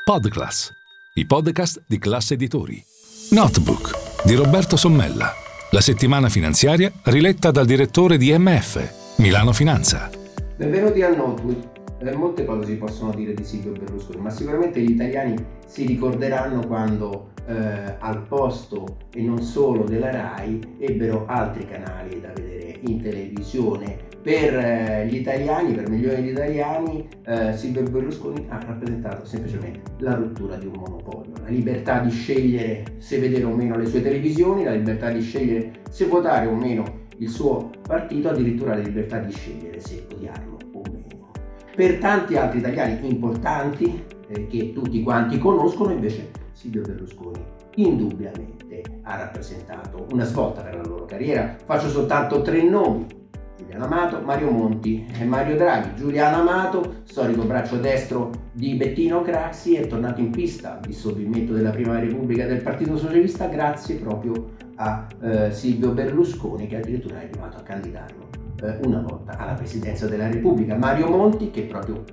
Podclass, i podcast di Class Editori. Notebook di Roberto Sommella, la settimana finanziaria riletta dal direttore di MF, Milano Finanza. Benvenuti a Notebook. Molte cose si possono dire di Silvio Berlusconi, ma sicuramente gli italiani si ricorderanno quando al posto e non solo della RAI ebbero altri canali da vedere in televisione. Per gli italiani, per milioni di italiani, Silvio Berlusconi ha rappresentato semplicemente la rottura di un monopolio, la libertà di scegliere se vedere o meno le sue televisioni, la libertà di scegliere se votare o meno il suo partito, addirittura la libertà di scegliere se odiarlo o meno. Per tanti altri italiani importanti, che tutti quanti conoscono, invece Silvio Berlusconi indubbiamente ha rappresentato una svolta per la loro carriera. Faccio soltanto 3 nomi: Giuliano Amato, Mario Monti e Mario Draghi. Giuliano Amato, storico braccio destro di Bettino Craxi, è tornato in pista al dissolvimento della Prima Repubblica del Partito Socialista grazie proprio a Silvio Berlusconi, che addirittura è arrivato a candidarlo una volta alla presidenza della Repubblica. Mario Monti, che proprio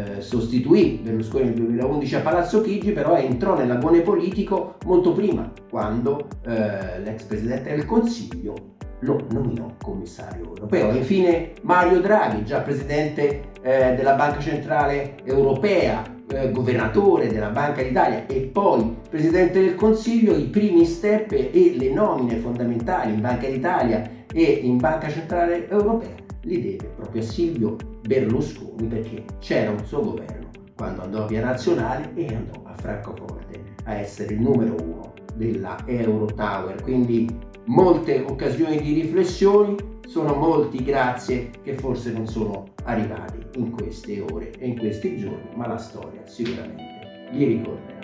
sostituì Berlusconi nel 2011 a Palazzo Chigi, però entrò nell'agone politico molto prima, quando l'ex presidente del Consiglio lo nominò commissario europeo. E infine Mario Draghi, già presidente della Banca Centrale Europea, governatore della Banca d'Italia e poi presidente del Consiglio. I primi step e le nomine fondamentali in Banca d'Italia e in Banca Centrale Europea li deve proprio a Silvio Berlusconi, perché c'era un suo governo quando andò a Via Nazionale e andò a Francoforte a essere il numero 1 della Eurotower. Quindi molte occasioni di riflessione, sono molti grazie che forse non sono arrivati in queste ore e in questi giorni, ma la storia sicuramente li ricorderà.